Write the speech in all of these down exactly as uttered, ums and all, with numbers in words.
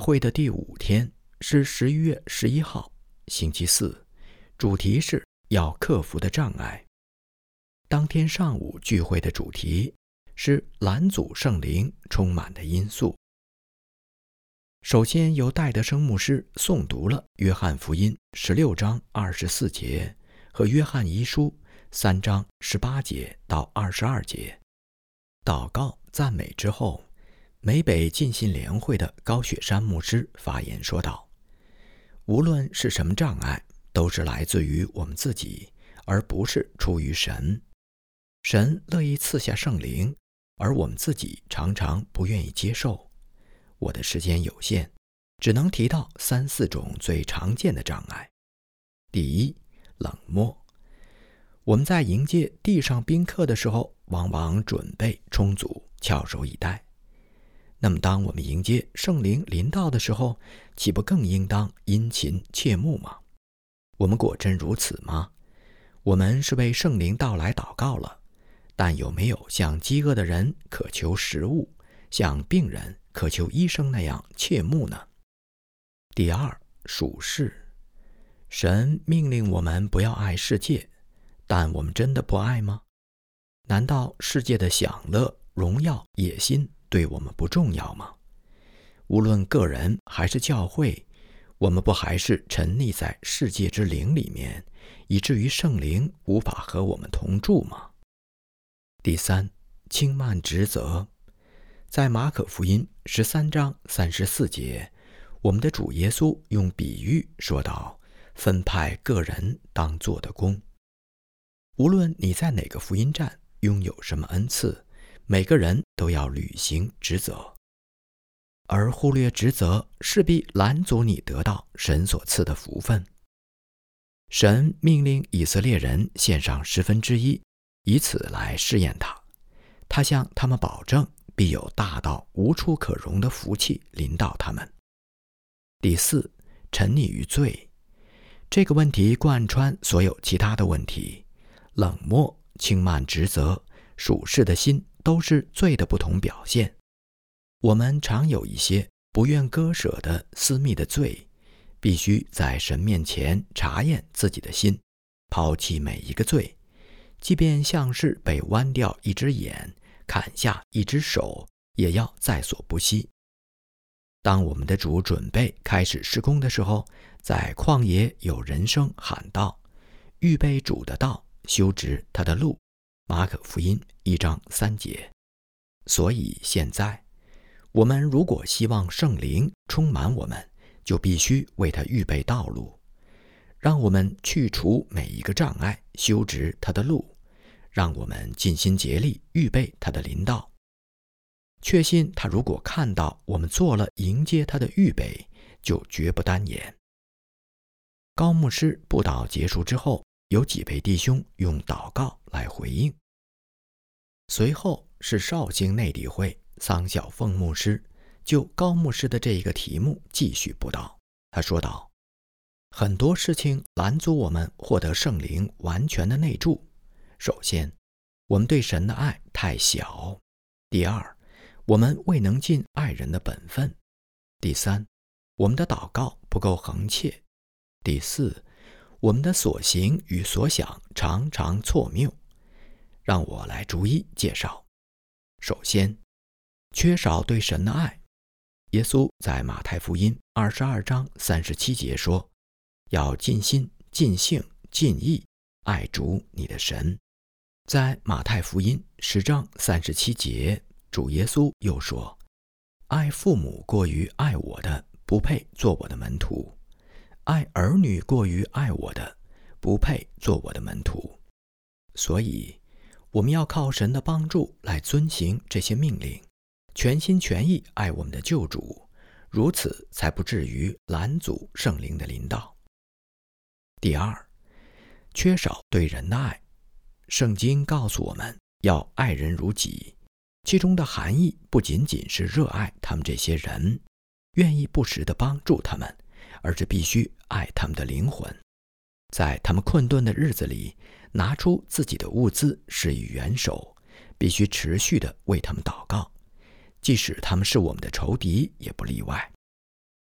会的第五天是十一月十一号，星期四，主题是要克服的障碍。当天上午聚会的主题是拦阻圣灵充满的因素。首先由戴德生牧师诵读了约翰福音十六章二十四节和约翰遗书三章十八节到二十二节。祷告赞美之后，美北浸信联会的高雪山牧师发言说道，无论是什么障碍，都是来自于我们自己，而不是出于神。神乐意赐下圣灵，而我们自己常常不愿意接受。我的时间有限，只能提到三四种最常见的障碍。第一，冷漠。我们在迎接地上宾客的时候，往往准备充足，翘首以待。那么当我们迎接圣灵临到的时候，岂不更应当殷勤切慕吗？我们果真如此吗？我们是为圣灵到来祷告了，但有没有像饥饿的人渴求食物，像病人渴求医生那样切慕呢？第二，属世。神命令我们不要爱世界，但我们真的不爱吗？难道世界的享乐、荣耀、野心对我们不重要吗？无论个人还是教会，我们不还是沉溺在世界之灵里面，以至于圣灵无法和我们同住吗？第三，轻慢职责。在马可福音十三章三十四节，我们的主耶稣用比喻说道，分派个人当做的工。无论你在哪个福音站拥有什么恩赐，每个人都要履行职责，而忽略职责势必拦阻你得到神所赐的福分。神命令以色列人献上十分之一，以此来试验他。他向他们保证必有大到无处可容的福气临到他们。第四，沉溺于罪。这个问题贯穿所有其他的问题。冷漠、轻慢职责、属世的心都是罪的不同表现。我们常有一些不愿割舍的私密的罪，必须在神面前查验自己的心，抛弃每一个罪，即便像是被剜掉一只眼、砍下一只手，也要在所不惜。当我们的主准备开始施工的时候，在旷野有人声喊道，预备主的道，修直他的路。马可福音一章三节。所以现在，我们如果希望圣灵充满我们，就必须为他预备道路。让我们去除每一个障碍，修直他的路。让我们尽心竭力预备他的临到。确信他如果看到我们做了迎接他的预备，就绝不单言。高牧师布道结束之后，有几位弟兄用祷告来回应。随后是绍兴内地会桑晓凤牧师就高牧师的这一个题目继续布道。他说道，很多事情拦阻我们获得圣灵完全的内住。首先，我们对神的爱太小。第二，我们未能尽爱人的本分。第三，我们的祷告不够恒切。第四，我们的所行与所想常常错谬。让我来逐一介绍。首先，缺少对神的爱。耶稣在马太福音二十二章三十七节说，要尽心、尽性、尽意爱主你的神。在马太福音十章三十七节，主耶稣又说，爱父母过于爱我的，不配做我的门徒；爱儿女过于爱我的，不配做我的门徒。所以我们要靠神的帮助来遵行这些命令，全心全意爱我们的救主，如此才不至于拦阻圣灵的临到。第二，缺少对人的爱。圣经告诉我们要爱人如己，其中的含义不仅仅是热爱他们这些人，愿意不时地帮助他们，而是必须爱他们的灵魂，在他们困顿的日子里拿出自己的物资施以援手，必须持续地为他们祷告，即使他们是我们的仇敌也不例外。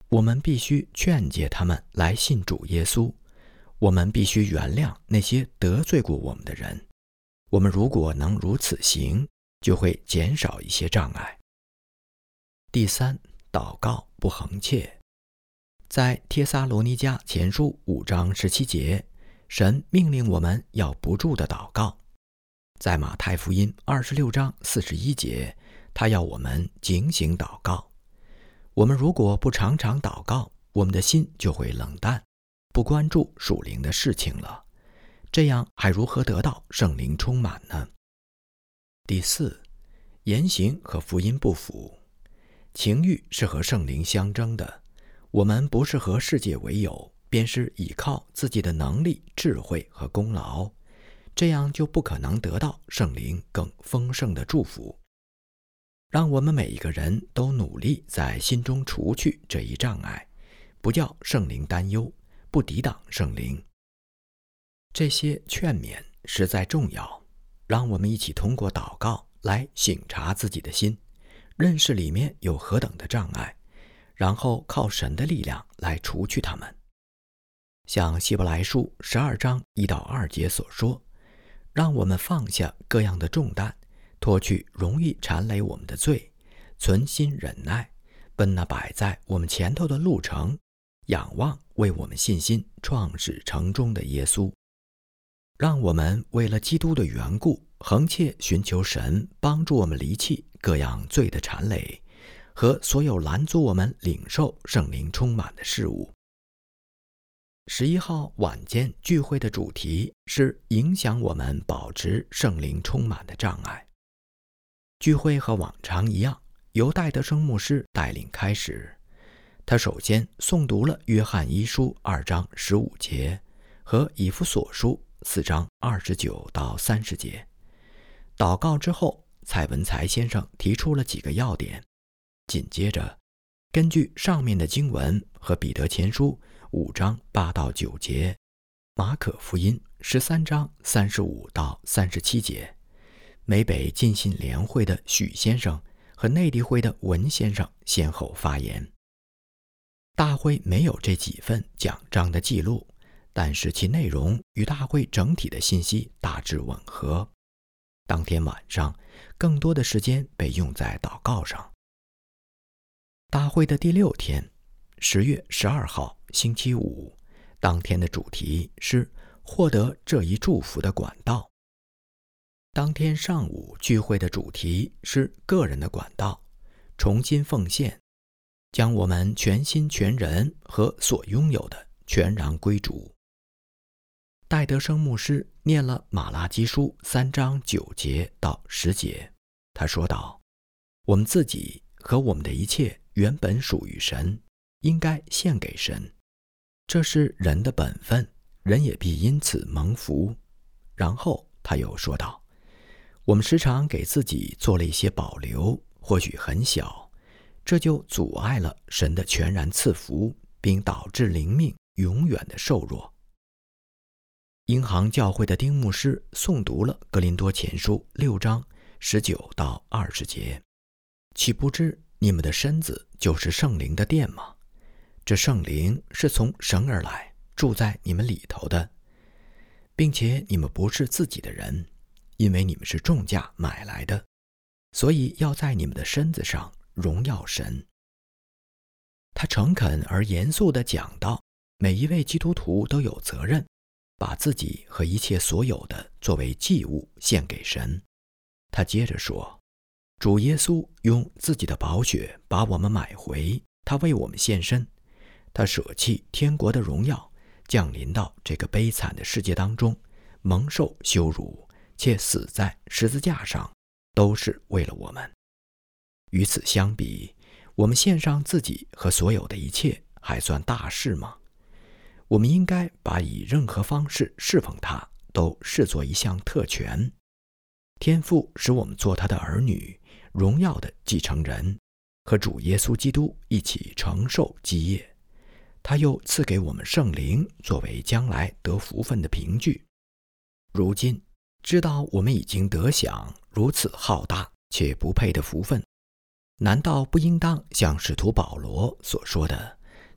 我们必须劝诫他们来信主耶稣，我们必须原谅那些得罪过我们的人。我们如果能如此行，就会减少一些障碍。第三，祷告不横切。在帖撒罗尼迦前书五章十七节，神命令我们要不住地祷告。在马太福音二十六章四十一节，他要我们警醒祷告。我们如果不常常祷告，我们的心就会冷淡，不关注属灵的事情了。这样还如何得到圣灵充满呢？第四，言行和福音不符。情欲是和圣灵相争的，我们不是和世界为友，便是倚靠自己的能力、智慧和功劳，这样就不可能得到圣灵更丰盛的祝福。让我们每一个人都努力在心中除去这一障碍，不叫圣灵担忧，不抵挡圣灵。这些劝勉实在重要，让我们一起通过祷告来省察自己的心，认识里面有何等的障碍，然后靠神的力量来除去它们。像希伯来书十二章一到二节所说，让我们放下各样的重担，脱去容易缠累我们的罪，存心忍耐，奔那摆在我们前头的路程，仰望为我们信心创始成终的耶稣。让我们为了基督的缘故，横切寻求神帮助我们离弃各样罪的缠累和所有拦阻我们领受圣灵充满的事物。十一号晚间聚会的主题是影响我们保持圣灵充满的障碍。聚会和往常一样，由戴德生牧师带领开始。他首先诵读了约翰一书二章十五节和以弗所书四章二十九到三十节。祷告之后，蔡文才先生提出了几个要点。紧接着，根据上面的经文和彼得前书五章八到九节，马可福音十三章三十五到三十七节，美北浸信联会的许先生和内地会的文先生先后发言。大会没有这几份讲章的记录，但是其内容与大会整体的信息大致吻合。当天晚上，更多的时间被用在祷告上。大会的第六天，十月十二号，星期五，当天的主题是获得这一祝福的管道。当天上午聚会的主题是个人的管道，重新奉献，将我们全心全人和所拥有的全然归主。戴德生牧师念了马拉基书三章九节到十节，他说道：我们自己和我们的一切原本属于神，应该献给神，这是人的本分，人也必因此蒙福。然后他又说道：我们时常给自己做了一些保留，或许很小，这就阻碍了神的全然赐福，并导致灵命永远的瘦弱。英航教会的丁牧师诵读了哥林多前书六章十九到二十节，岂不知你们的身子就是圣灵的殿吗？这圣灵是从神而来，住在你们里头的，并且你们不是自己的人，因为你们是重价买来的，所以要在你们的身子上荣耀神。他诚恳而严肃地讲到，每一位基督徒都有责任把自己和一切所有的作为祭物献给神。他接着说，主耶稣用自己的宝血把我们买回，他为我们献身，他舍弃天国的荣耀，降临到这个悲惨的世界当中，蒙受羞辱，且死在十字架上，都是为了我们。与此相比，我们献上自己和所有的一切还算大事吗？我们应该把以任何方式侍奉他都视作一项特权。天父使我们做他的儿女，荣耀的继承人，和主耶稣基督一起承受基业。他又赐给我们圣灵，作为将来得福分的凭据。如今知道我们已经得享如此浩大且不配的福分，难道不应当像使徒保罗所说的，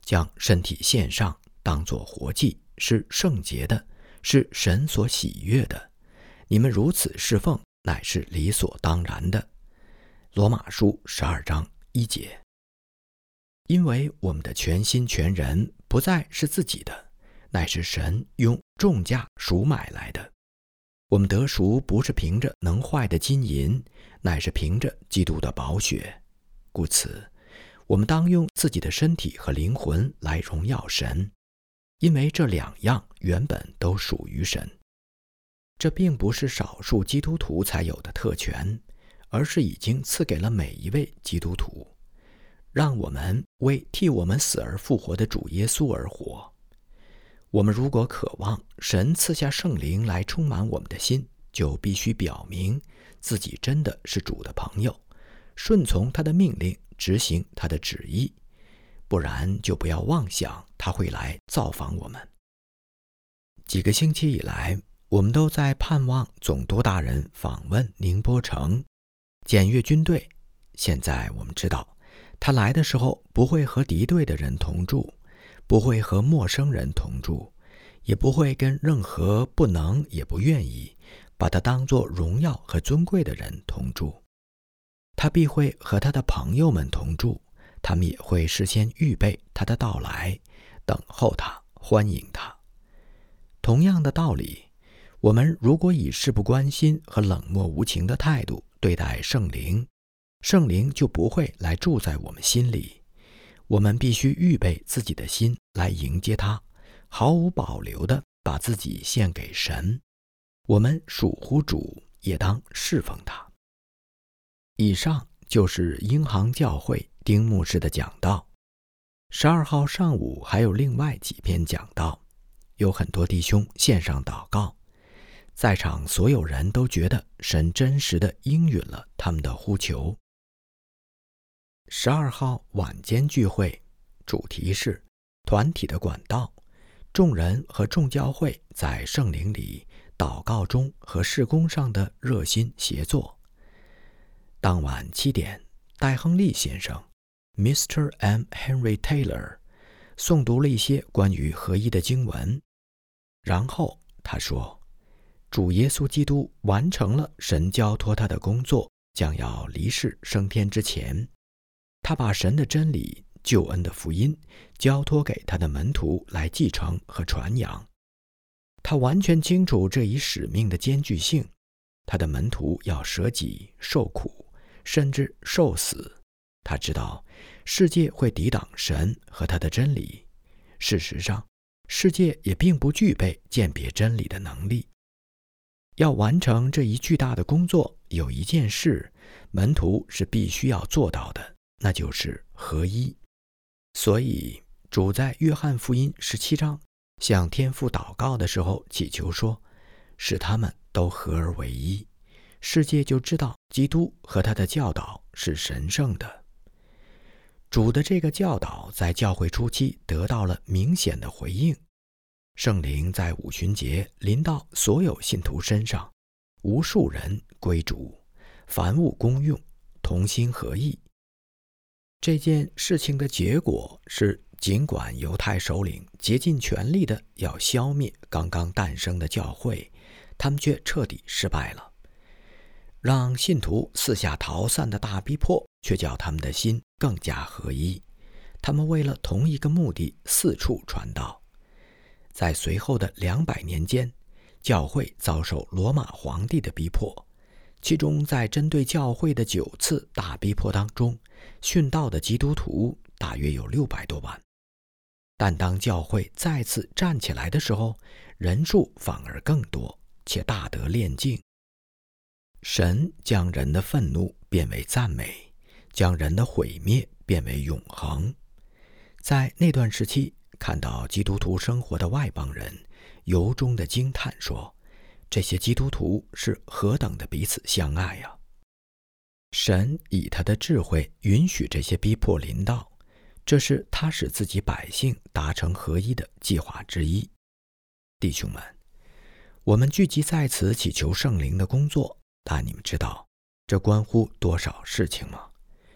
将身体献上，当作活祭，是圣洁的，是神所喜悦的。你们如此侍奉，乃是理所当然的。罗马书十二章一节。因为我们的全心全人不再是自己的，乃是神用重价赎买来的。我们得赎不是凭着能坏的金银，乃是凭着基督的宝血。故此，我们当用自己的身体和灵魂来荣耀神，因为这两样原本都属于神。这并不是少数基督徒才有的特权，而是已经赐给了每一位基督徒，让我们为替我们死而复活的主耶稣而活。我们如果渴望神赐下圣灵来充满我们的心，就必须表明自己真的是主的朋友，顺从他的命令，执行他的旨意，不然就不要妄想他会来造访我们。几个星期以来，我们都在盼望总督大人访问宁波城检阅军队。现在我们知道，他来的时候不会和敌对的人同住，不会和陌生人同住，也不会跟任何不能也不愿意把他当作荣耀和尊贵的人同住。他必会和他的朋友们同住，他们也会事先预备他的到来，等候他，欢迎他。同样的道理，我们如果以事不关心和冷漠无情的态度对待圣灵，圣灵就不会来住在我们心里。我们必须预备自己的心来迎接他，毫无保留地把自己献给神。我们属乎主，也当侍奉他。以上就是英航教会丁牧师的讲道。十二号上午还有另外几篇讲道，有很多弟兄献上祷告，在场所有人都觉得神真实地应允了他们的呼求。十二号晚间聚会，主题是团体的管道，众人和众教会在圣灵里祷告中和事工上的热心协作。当晚七点，戴亨利先生 Mister M. Henry Taylor 诵读了一些关于合一的经文，然后他说，主耶稣基督完成了神交托他的工作，将要离世升天之前，他把神的真理、救恩的福音交托给他的门徒来继承和传扬。他完全清楚这一使命的艰巨性，他的门徒要舍己、受苦，甚至受死。他知道世界会抵挡神和他的真理，事实上，世界也并不具备鉴别真理的能力。要完成这一巨大的工作，有一件事门徒是必须要做到的，那就是合一。所以主在约翰福音十七章向天父祷告的时候祈求说，使他们都合而为一，世界就知道基督和他的教导是神圣的。主的这个教导在教会初期得到了明显的回应，圣灵在五旬节临到所有信徒身上，无数人归主，凡物公用，同心合意。这件事情的结果是，尽管犹太首领竭尽全力的要消灭刚刚诞生的教会，他们却彻底失败了。让信徒四下逃散的大逼迫，却叫他们的心更加合一。他们为了同一个目的四处传道。在随后的两百年间，教会遭受罗马皇帝的逼迫，其中在针对教会的九次大逼迫当中，殉道的基督徒大约有六百多万。但当教会再次站起来的时候，人数反而更多，且大得炼净。神将人的愤怒变为赞美，将人的毁灭变为永恒。在那段时期，看到基督徒生活的外邦人由衷的惊叹说，这些基督徒是何等的彼此相爱呀！神以他的智慧允许这些逼迫临到，这是他使自己百姓达成合一的计划之一。弟兄们，我们聚集在此祈求圣灵的工作，但你们知道这关乎多少事情吗？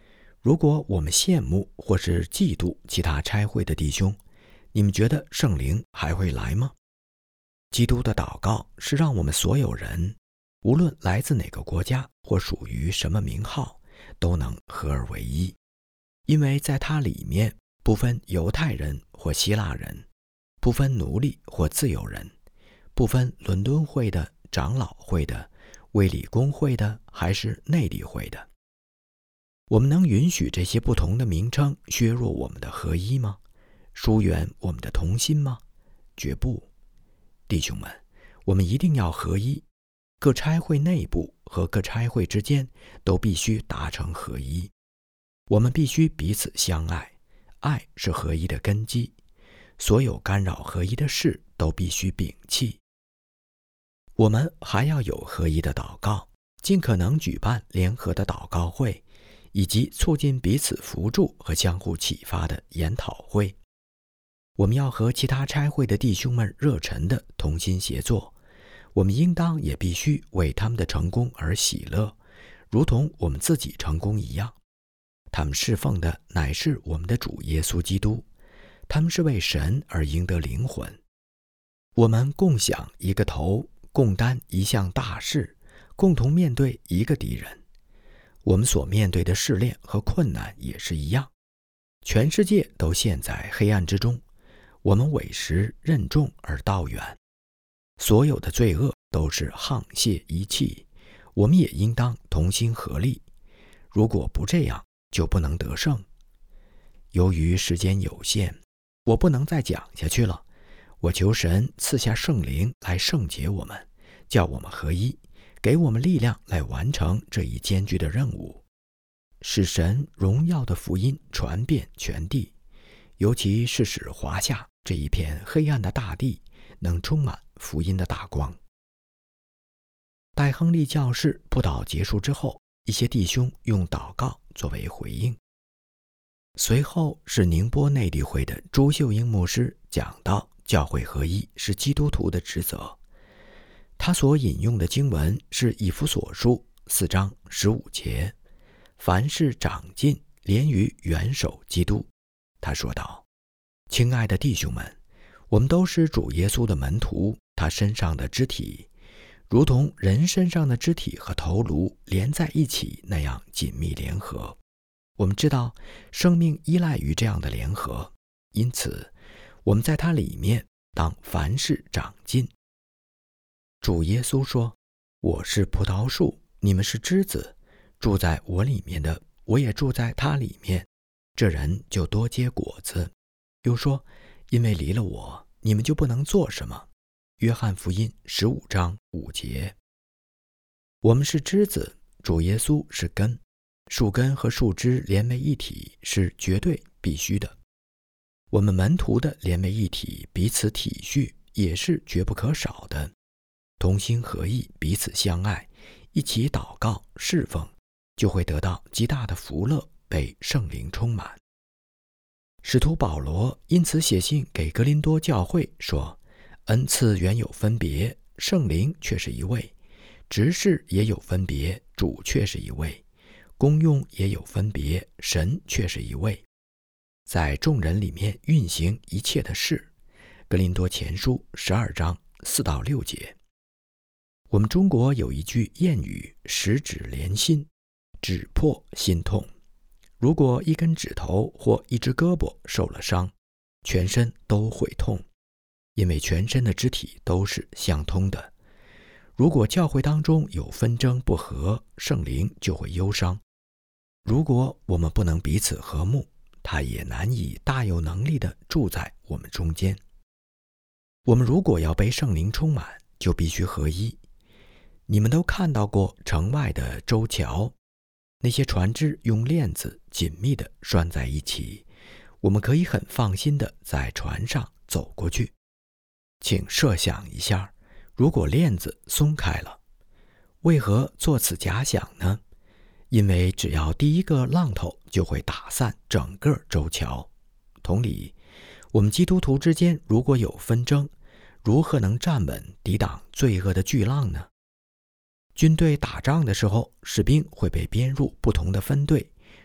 如果我们羡慕或是嫉妒其他差会的弟兄，你们觉得圣灵还会来吗？基督的祷告是让我们所有人，无论来自哪个国家或属于什么名号，都能合而为一，因为在他里面不分犹太人或希腊人，不分奴隶或自由人，不分伦敦会的、长老会的、卫理公会的还是内地会的。我们能允许这些不同的名称削弱我们的合一吗？疏远我们的同心吗？绝不。弟兄们，我们一定要合一，各差会内部和各差会之间都必须达成合一。我们必须彼此相爱，爱是合一的根基。所有干扰合一的事都必须摒弃。我们还要有合一的祷告，尽可能举办联合的祷告会，以及促进彼此扶助和相互启发的研讨会。我们要和其他差会的弟兄们热忱地同心协作，我们应当也必须为他们的成功而喜乐，如同我们自己成功一样。他们侍奉的乃是我们的主耶稣基督，他们是为神而赢得灵魂。我们共享一个头，共担一项大事，共同面对一个敌人。我们所面对的试炼和困难也是一样。全世界都陷在黑暗之中，我们委实任重而道远。所有的罪恶都是沆瀣一气，我们也应当同心合力。如果不这样，就不能得胜。由于时间有限，我不能再讲下去了。我求神赐下圣灵来圣洁我们，叫我们合一，给我们力量来完成这一艰巨的任务，使神荣耀的福音传遍全地，尤其是使华夏这一片黑暗的大地能充满福音的大光。待亨利教士布道结束之后，一些弟兄用祷告作为回应。随后是宁波内地会的朱秀英牧师讲到教会合一是基督徒的职责。他所引用的经文是以弗所书四章十五节，凡事长进，连于元首基督。他说道：亲爱的弟兄们，我们都是主耶稣的门徒，他身上的肢体，如同人身上的肢体和头颅连在一起那样紧密联合。我们知道生命依赖于这样的联合，因此我们在它里面当凡事长进。主耶稣说：我是葡萄树，你们是枝子，住在我里面的，我也住在他里面，这人就多结果子。又说：因为离了我，你们就不能做什么。约翰福音十五章五节。我们是枝子，主耶稣是根，树根和树枝连为一体是绝对必须的。我们门徒的连为一体，彼此体恤也是绝不可少的。同心合意，彼此相爱，一起祷告侍奉，就会得到极大的福乐，被圣灵充满。使徒保罗因此写信给哥林多教会说：恩赐原有分别，圣灵却是一位；执事也有分别，主却是一位；功用也有分别，神却是一位。在众人里面运行一切的事。哥林多前书十二章四到六节。我们中国有一句谚语：十指连心，指破心痛。如果一根指头或一只胳膊受了伤，全身都会痛，因为全身的肢体都是相通的。如果教会当中有纷争不和，圣灵就会忧伤。如果我们不能彼此和睦，他也难以大有能力地住在我们中间。我们如果要被圣灵充满，就必须合一。你们都看到过城外的舟桥，那些船只用链子紧密地拴在一起，我们可以很放心地在船上走过去。请设想一下，如果链子松开了，为何做此假想呢？因为只要第一个浪头就会打散整个舟桥。同理，我们基督徒之间如果有纷争，如何能站稳抵挡罪恶的巨浪呢？军队打仗的时候，士兵会被编入不同的分队，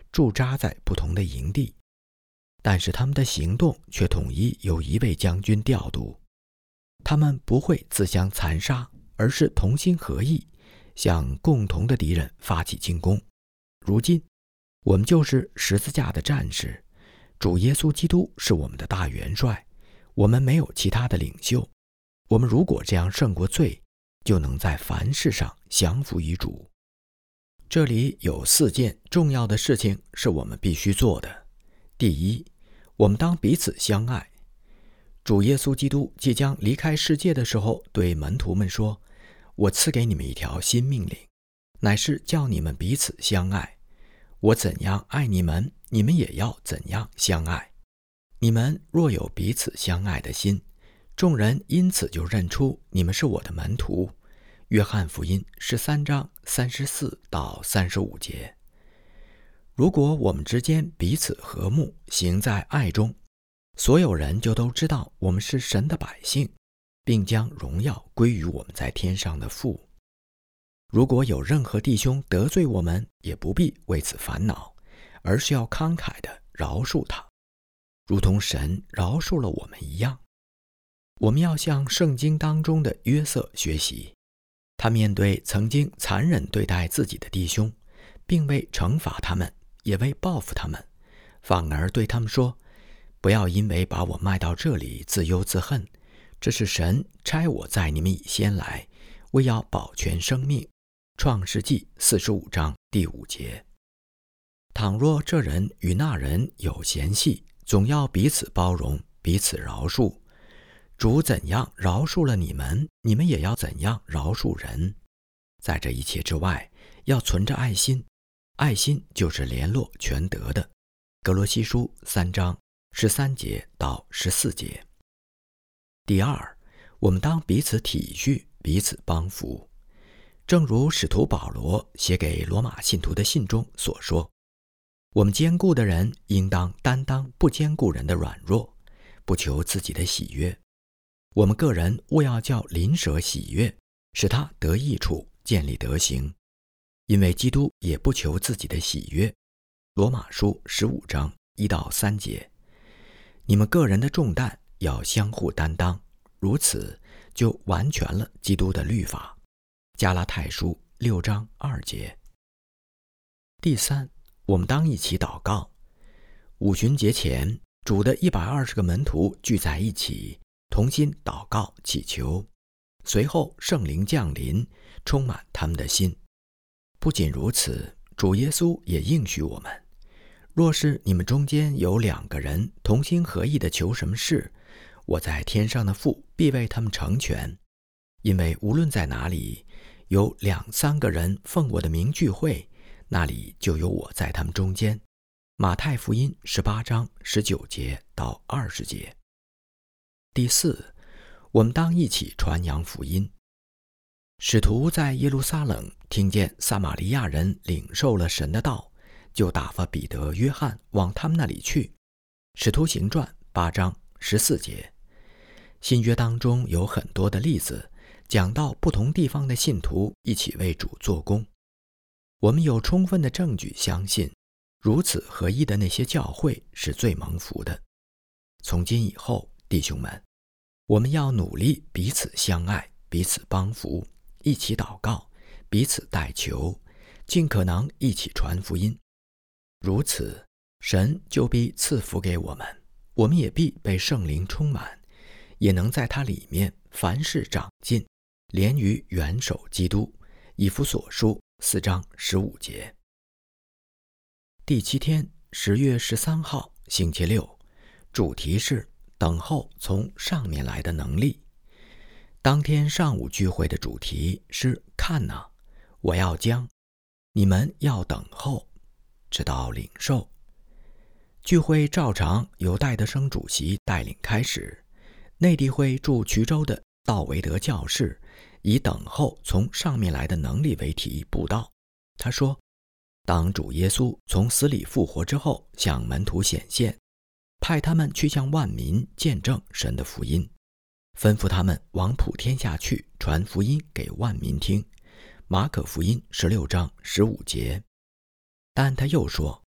驻扎在不同的营地，但是他们的行动却统一由一位将军调度。他们不会自相残杀，而是同心合意，向共同的敌人发起进攻。如今，我们就是十字架的战士，主耶稣基督是我们的大元帅，我们没有其他的领袖。我们如果这样胜过罪，就能在凡事上降服于主。这里有四件重要的事情是我们必须做的。第一，我们当彼此相爱。主耶稣基督即将离开世界的时候，对门徒们说：我赐给你们一条新命令，乃是叫你们彼此相爱。我怎样爱你们，你们也要怎样相爱。你们若有彼此相爱的心，众人因此就认出你们是我的门徒。约翰福音十三章三十四到三十五节。如果我们之间彼此和睦，行在爱中，所有人就都知道我们是神的百姓，并将荣耀归于我们在天上的父。如果有任何弟兄得罪我们，也不必为此烦恼，而是要慷慨地饶恕他，如同神饶恕了我们一样。我们要向圣经当中的约瑟学习，他面对曾经残忍对待自己的弟兄，并未惩罚他们，也未报复他们，反而对他们说：不要因为把我卖到这里自忧自恨，这是神差我在你们以先来，为要保全生命。创世纪四十五章第五节。倘若这人与那人有嫌隙，总要彼此包容，彼此饶恕。主怎样饶恕了你们，你们也要怎样饶恕人。在这一切之外，要存着爱心，爱心就是联络全德的。哥罗西书三章十三节到十四节。第二，我们当彼此体恤，彼此帮扶。正如使徒保罗写给罗马信徒的信中所说，我们坚固的人应当担当不坚固人的软弱，不求自己的喜悦。我们个人务要叫邻舍喜悦，使他得益处，建立德行。因为基督也不求自己的喜悦。罗马书十五章一到三节。你们个人的重担要相互担当，如此就完全了基督的律法。加拉太书六章二节。第三，我们当一起祷告。五旬节前，主的一百二十个门徒聚在一起，同心祷告祈求，随后圣灵降临，充满他们的心。不仅如此，主耶稣也应许我们，若是你们中间有两个人同心合意地求什么事，我在天上的父必为他们成全。因为无论在哪里有两三个人奉我的名聚会，那里就有我在他们中间。马太福音十八章十九节到二十节。第四，我们当一起传扬福音。使徒在耶路撒冷听见撒玛利亚人领受了神的道，就打发彼得、约翰往他们那里去。使徒行传八章十四节。新约当中有很多的例子，讲到不同地方的信徒一起为主做工。我们有充分的证据相信，如此合一的那些教会是最蒙福的。从今以后，弟兄们，我们要努力彼此相爱，彼此帮扶，一起祷告，彼此代求，尽可能一起传福音。如此，神就必赐福给我们，我们也必被圣灵充满，也能在它里面凡事长进，连于元首基督。以弗所书四章十五节。第七天，十月十三号，星期六，主题是等候从上面来的能力。当天上午聚会的主题是看哪，我要将，你们要等候，直到领受。聚会照常由戴德生主席带领开始。内地会驻衢州的道维德教士以等候从上面来的能力为题布道。他说，当主耶稣从死里复活之后，向门徒显现，派他们去向万民见证神的福音，吩咐他们往普天下去，传福音给万民听。马可福音十六章十五节。但他又说，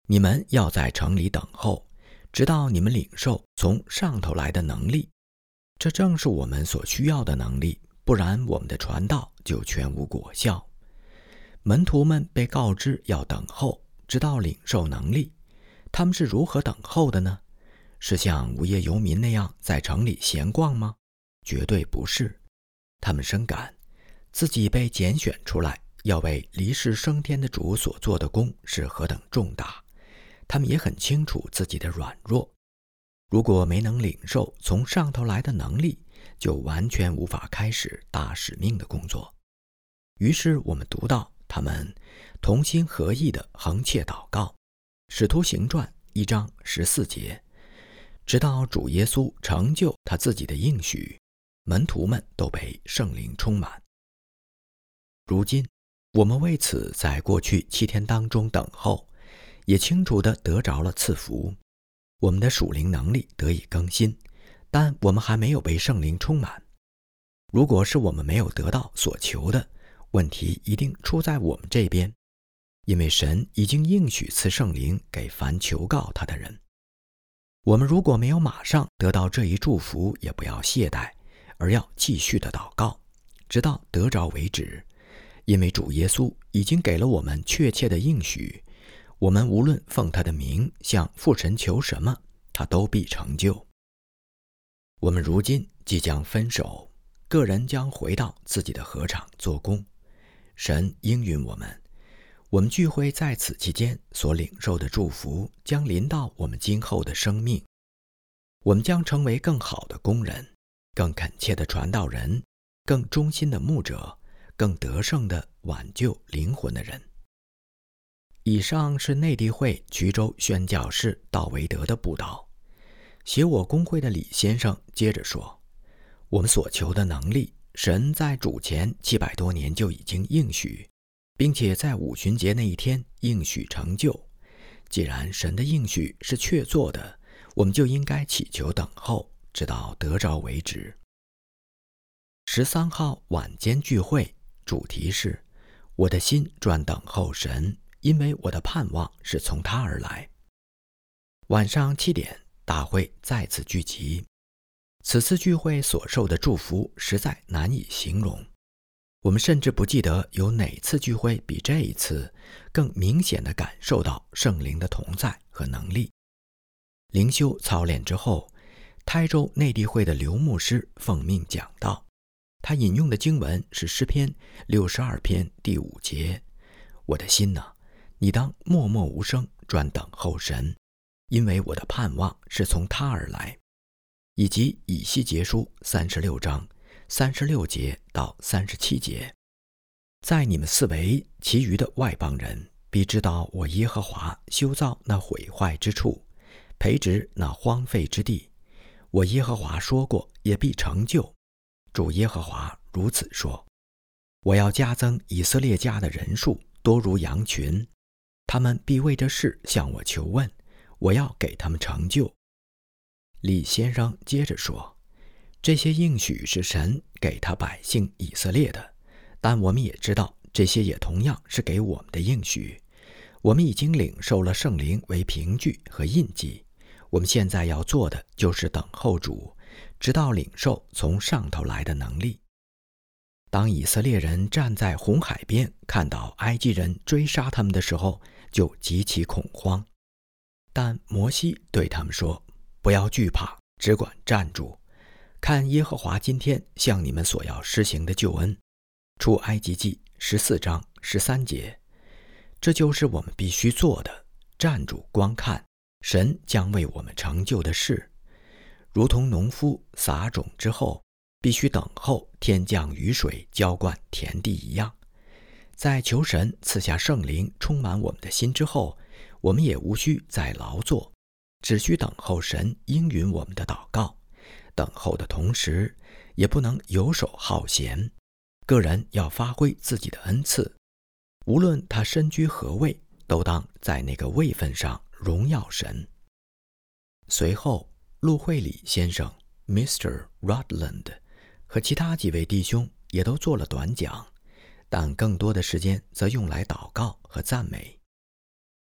你们要在城里等候，直到你们领受从上头来的能力。这正是我们所需要的能力，不然我们的传道就全无果效。门徒们被告知要等候，直到领受能力。他们是如何等候的呢？是像无业游民那样在城里闲逛吗？绝对不是。他们深感自己被拣选出来，要为离世升天的主所做的功是何等重大。他们也很清楚自己的软弱，如果没能领受从上头来的能力，就完全无法开始大使命的工作。于是我们读到他们同心合意地横切祷告，使徒行传一章十四节，直到主耶稣成就他自己的应许，门徒们都被圣灵充满。如今我们为此在过去七天当中等候，也清楚地得着了赐福，我们的属灵能力得以更新，但我们还没有被圣灵充满。如果是我们没有得到所求的，问题一定出在我们这边，因为神已经应许赐圣灵给凡求告他的人。我们如果没有马上得到这一祝福，也不要懈怠，而要继续的祷告，直到得着为止。因为主耶稣已经给了我们确切的应许，我们无论奉他的名向父神求什么，他都必成就。我们如今即将分手，个人将回到自己的禾场做工。神应允我们，我们聚会在此期间所领受的祝福将临到我们今后的生命。我们将成为更好的工人，更恳切的传道人，更忠心的牧者，更得胜的挽救灵魂的人。以上是内地会衢州宣教士道维德的布道。写我公会的李先生接着说，我们所求的能力，神在主前七百多年就已经应许，并且在五旬节那一天应许成就。既然神的应许是确做的，我们就应该祈求等候，直到得着为止。十三号晚间聚会，主题是我的心专等候神，因为我的盼望是从他而来。晚上七点，大会再次聚集。此次聚会所受的祝福实在难以形容，我们甚至不记得有哪次聚会比这一次更明显地感受到圣灵的同在和能力。灵修操练之后，台州内地会的刘牧师奉命讲道，他引用的经文是诗篇六十二篇第五节，我的心哪，你当默默无声，专等候神，因为我的盼望是从他而来。以及以西结书三十六章三十六节到三十七节，在你们四围其余的外邦人必知道我耶和华修造那毁坏之处，培植那荒废之地。我耶和华说过，也必成就。主耶和华如此说，我要加增以色列家的人数，多如羊群，他们必为这事向我求问，我要给他们成就。李先生接着说，这些应许是神给他百姓以色列的，但我们也知道这些也同样是给我们的应许。我们已经领受了圣灵为凭据和印记，我们现在要做的就是等候主，直到领受从上头来的能力。当以色列人站在红海边，看到埃及人追杀他们的时候，就极其恐慌。但摩西对他们说，不要惧怕，只管站住，看耶和华今天向你们所要施行的救恩。出埃及记十四章十三节，这就是我们必须做的，站住观看神将为我们成就的事。如同农夫撒种之后，必须等候天降雨水浇灌田地一样，在求神赐下圣灵充满我们的心之后，我们也无需再劳作，只需等候神应允我们的祷告。等候的同时，也不能游手好闲，个人要发挥自己的恩赐，无论他身居何位，都当在那个位分上荣耀神。随后陆会理先生 Mister Rutland 和其他几位弟兄也都做了短讲，但更多的时间则用来祷告和赞美。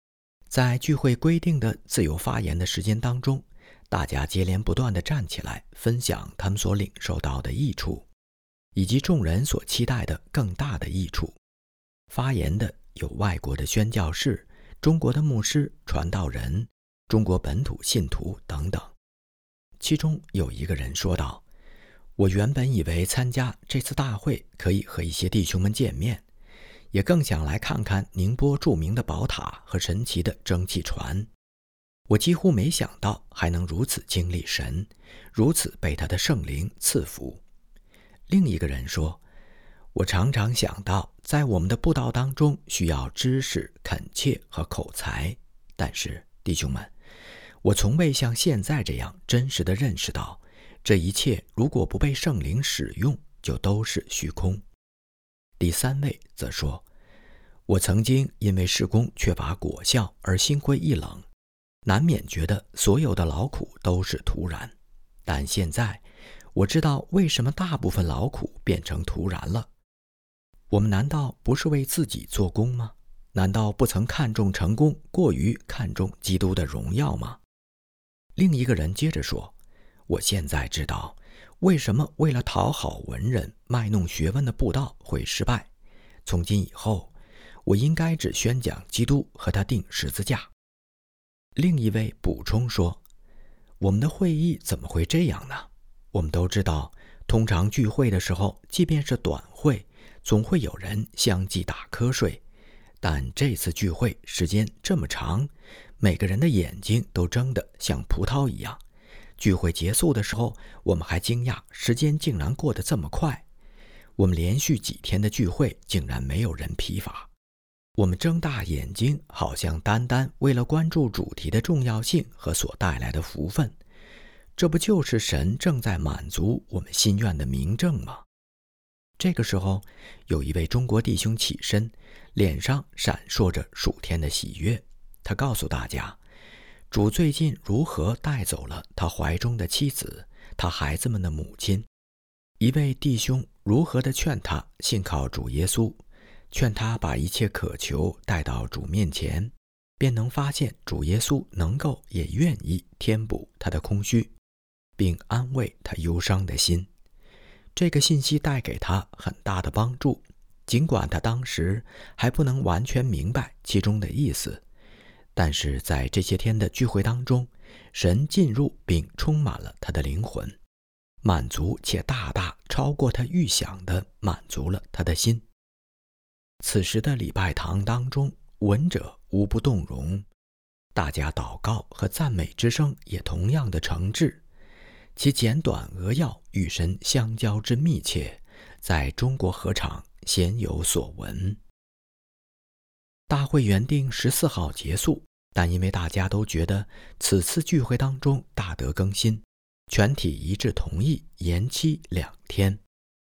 在聚会规定的自由发言的时间当中，大家接连不断地站起来，分享他们所领受到的益处，以及众人所期待的更大的益处。发言的有外国的宣教士、中国的牧师、传道人、中国本土信徒等等。其中有一个人说道：我原本以为参加这次大会可以和一些弟兄们见面，也更想来看看宁波著名的宝塔和神奇的蒸汽船。我几乎没想到还能如此经历神，如此被他的圣灵赐福。另一个人说：我常常想到在我们的布道当中需要知识、恳切和口才，但是弟兄们，我从未像现在这样真实地认识到，这一切如果不被圣灵使用，就都是虚空。第三位则说：我曾经因为事工缺乏果效而心灰意冷，难免觉得所有的劳苦都是徒然，但现在我知道为什么大部分劳苦变成徒然了。我们难道不是为自己做工吗？难道不曾看重成功，过于看重基督的荣耀吗？另一个人接着说：我现在知道为什么为了讨好文人卖弄学问的布道会失败。从今以后，我应该只宣讲基督和他钉十字架。另一位补充说：我们的会议怎么会这样呢？我们都知道，通常聚会的时候，即便是短会，总会有人相继打瞌睡，但这次聚会时间这么长，每个人的眼睛都睁得像葡萄一样。聚会结束的时候，我们还惊讶时间竟然过得这么快。我们连续几天的聚会竟然没有人疲乏。我们睁大眼睛，好像单单为了关注主题的重要性和所带来的福分。这不就是神正在满足我们心愿的明证吗？这个时候，有一位中国弟兄起身，脸上闪烁着属天的喜悦。他告诉大家，主最近如何带走了他怀中的妻子，他孩子们的母亲。一位弟兄如何地劝他信靠主耶稣，劝他把一切渴求带到主面前，便能发现主耶稣能够也愿意填补他的空虚，并安慰他忧伤的心。这个信息带给他很大的帮助，尽管他当时还不能完全明白其中的意思，但是在这些天的聚会当中，神进入并充满了他的灵魂，满足且大大超过他预想的满足了他的心。此时的礼拜堂当中，闻者无不动容，大家祷告和赞美之声也同样的诚挚，其简短扼要与神相交之密切，在中国合场鲜有所闻。大会原定十四号结束，但因为大家都觉得此次聚会当中大得更新，全体一致同意延期两天。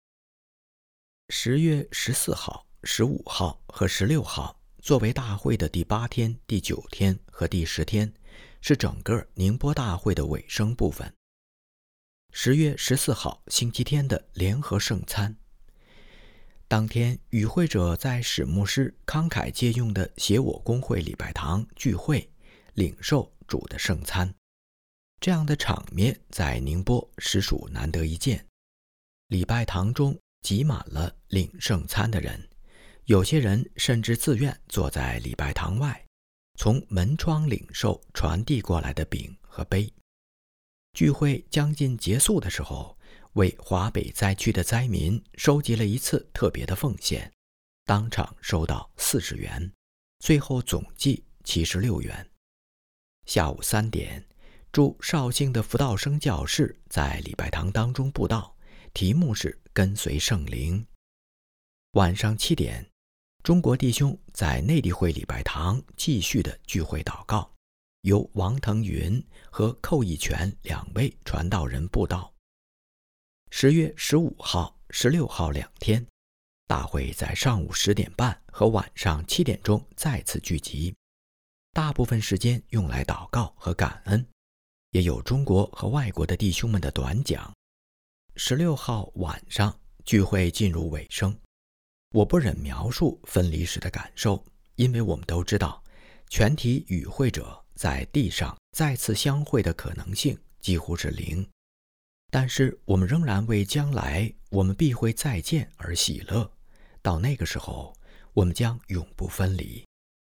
十月十四号、十五号和十六号作为大会的第八天、第九天和第十天，是整个宁波大会的尾声部分。十月十四号星期天的联合圣餐，当天与会者在史牧师慷慨借用的协我公会礼拜堂聚会，领受主的圣餐。这样的场面在宁波实属难得一见。礼拜堂中挤满了领圣餐的人，有些人甚至自愿坐在礼拜堂外，从门窗领受传递过来的饼和杯。聚会将近结束的时候，为华北灾区的灾民收集了一次特别的奉献，当场收到四十元，最后总计七十六元。下午三点，驻绍兴的辅道生教士在礼拜堂当中布道，题目是跟随圣灵。晚上七点，中国弟兄在内地会礼拜堂继续的聚会祷告，由王腾云和寇义全两位传道人布道。十月十五号、十六号两天，大会在上午十点半和晚上七点钟再次聚集，大部分时间用来祷告和感恩，也有中国和外国的弟兄们的短讲。十六号晚上，聚会进入尾声。我不忍描述分离时的感受，因为我们都知道， 全体与会者在地上再次相会的可能性几乎是零。但是我们仍然为将来我们必会再见而喜乐，到那个时候，我们将永不分离。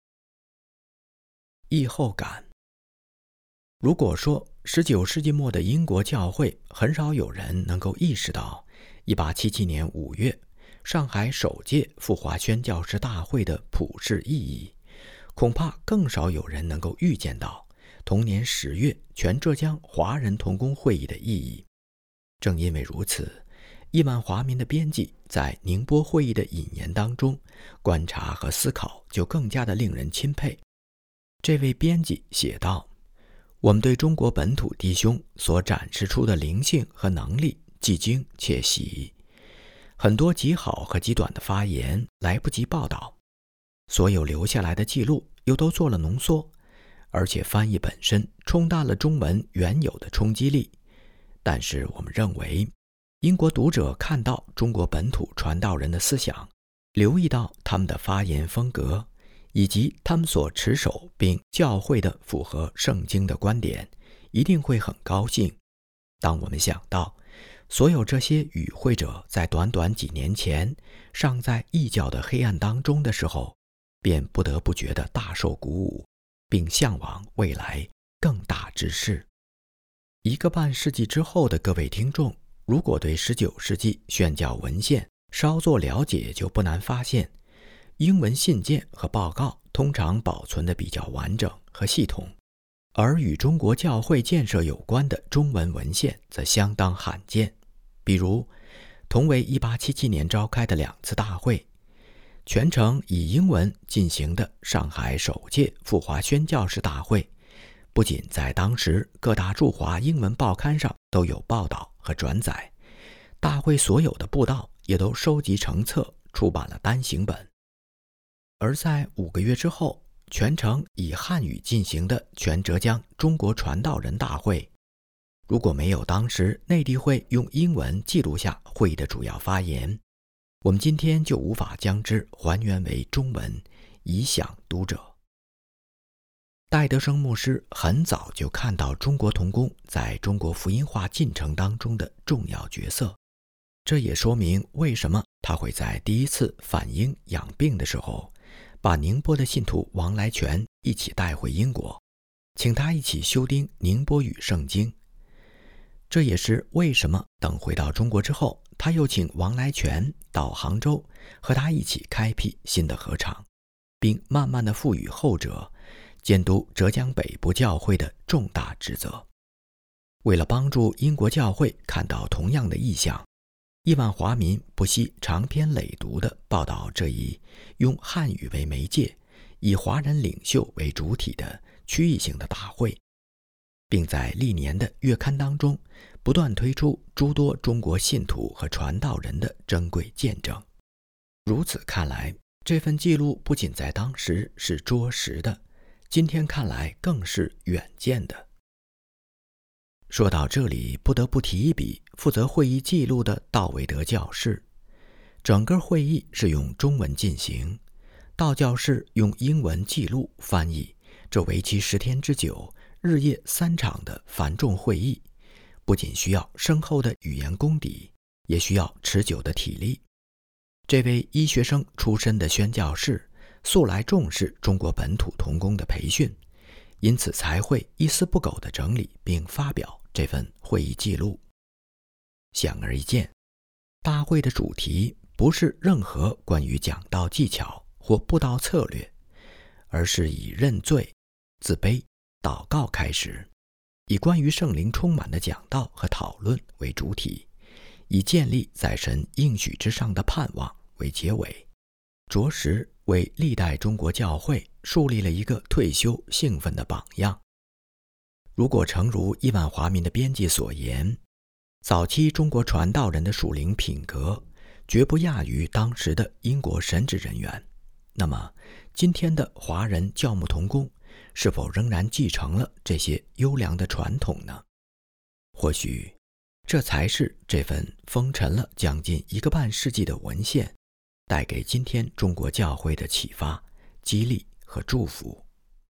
疫后感。如果说十九世纪末的英国教会很少有人能够意识到一八七七年五月上海首届赴华宣教士大会的普世意义，恐怕更少有人能够预见到同年十月全浙江华人同工会议的意义。正因为如此，亿万华民的编辑在宁波会议的引言当中观察和思考就更加的令人钦佩。这位编辑写道，我们对中国本土弟兄所展示出的灵性和能力既惊且喜，很多极好和极短的发言来不及报道，所有留下来的记录又都做了浓缩，而且翻译本身冲淡了中文原有的冲击力。但是我们认为，英国读者看到中国本土传道人的思想，留意到他们的发言风格，以及他们所持守并教诲的符合圣经的观点，一定会很高兴。当我们想到所有这些与会者在短短几年前尚在异教的黑暗当中的时候，便不得不觉得大受鼓舞，并向往未来更大之事。一个半世纪之后的各位听众，如果对十九世纪宣教文献稍作了解，就不难发现，英文信件和报告通常保存得比较完整和系统，而与中国教会建设有关的中文文献则相当罕见。比如同为一八七七年召开的两次大会，全程以英文进行的上海首届赴华宣教士大会，不仅在当时各大驻华英文报刊上都有报道和转载，大会所有的布道也都收集成册，出版了单行本。而在五个月之后，全程以汉语进行的全浙江中国传道人大会，如果没有当时内地会用英文记录下会议的主要发言，我们今天就无法将之还原为中文，以享读者。戴德生牧师很早就看到中国同工在中国福音化进程当中的重要角色，这也说明为什么他会在第一次返英养病的时候，把宁波的信徒王来全一起带回英国，请他一起修订宁波语圣经。这也是为什么等回到中国之后，他又请王来全到杭州和他一起开辟新的合场，并慢慢地赋予后者监督浙江北部教会的重大职责。为了帮助英国教会看到同样的意象，亿万华民不惜长篇累牍地报道这一用汉语为媒介，以华人领袖为主体的区域性的大会，并在历年的月刊当中不断推出诸多中国信徒和传道人的珍贵见证。如此看来，这份记录不仅在当时是着实的，今天看来更是远见的。说到这里，不得不提一笔负责会议记录的道维德教士。整个会议是用中文进行，道教士用英文记录翻译这为期十天之久、日夜三场的繁重会议，不仅需要深厚的语言功底，也需要持久的体力。这位医学生出身的宣教士素来重视中国本土同工的培训，因此才会一丝不苟地整理并发表这份会议记录。显而易见，大会的主题不是任何关于讲道技巧或布道策略，而是以认罪、自卑、祷告开始，以关于圣灵充满的讲道和讨论为主体，以建立在神应许之上的盼望为结尾，着实为历代中国教会树立了一个退休兴奋的榜样。如果诚如亿万华民的编辑所言，早期中国传道人的属灵品格绝不亚于当时的英国神职人员，那么今天的华人教牧同工是否仍然继承了这些优良的传统呢？或许这才是这份封尘了将近一个半世纪的文献带给今天中国教会的启发、激励和祝福。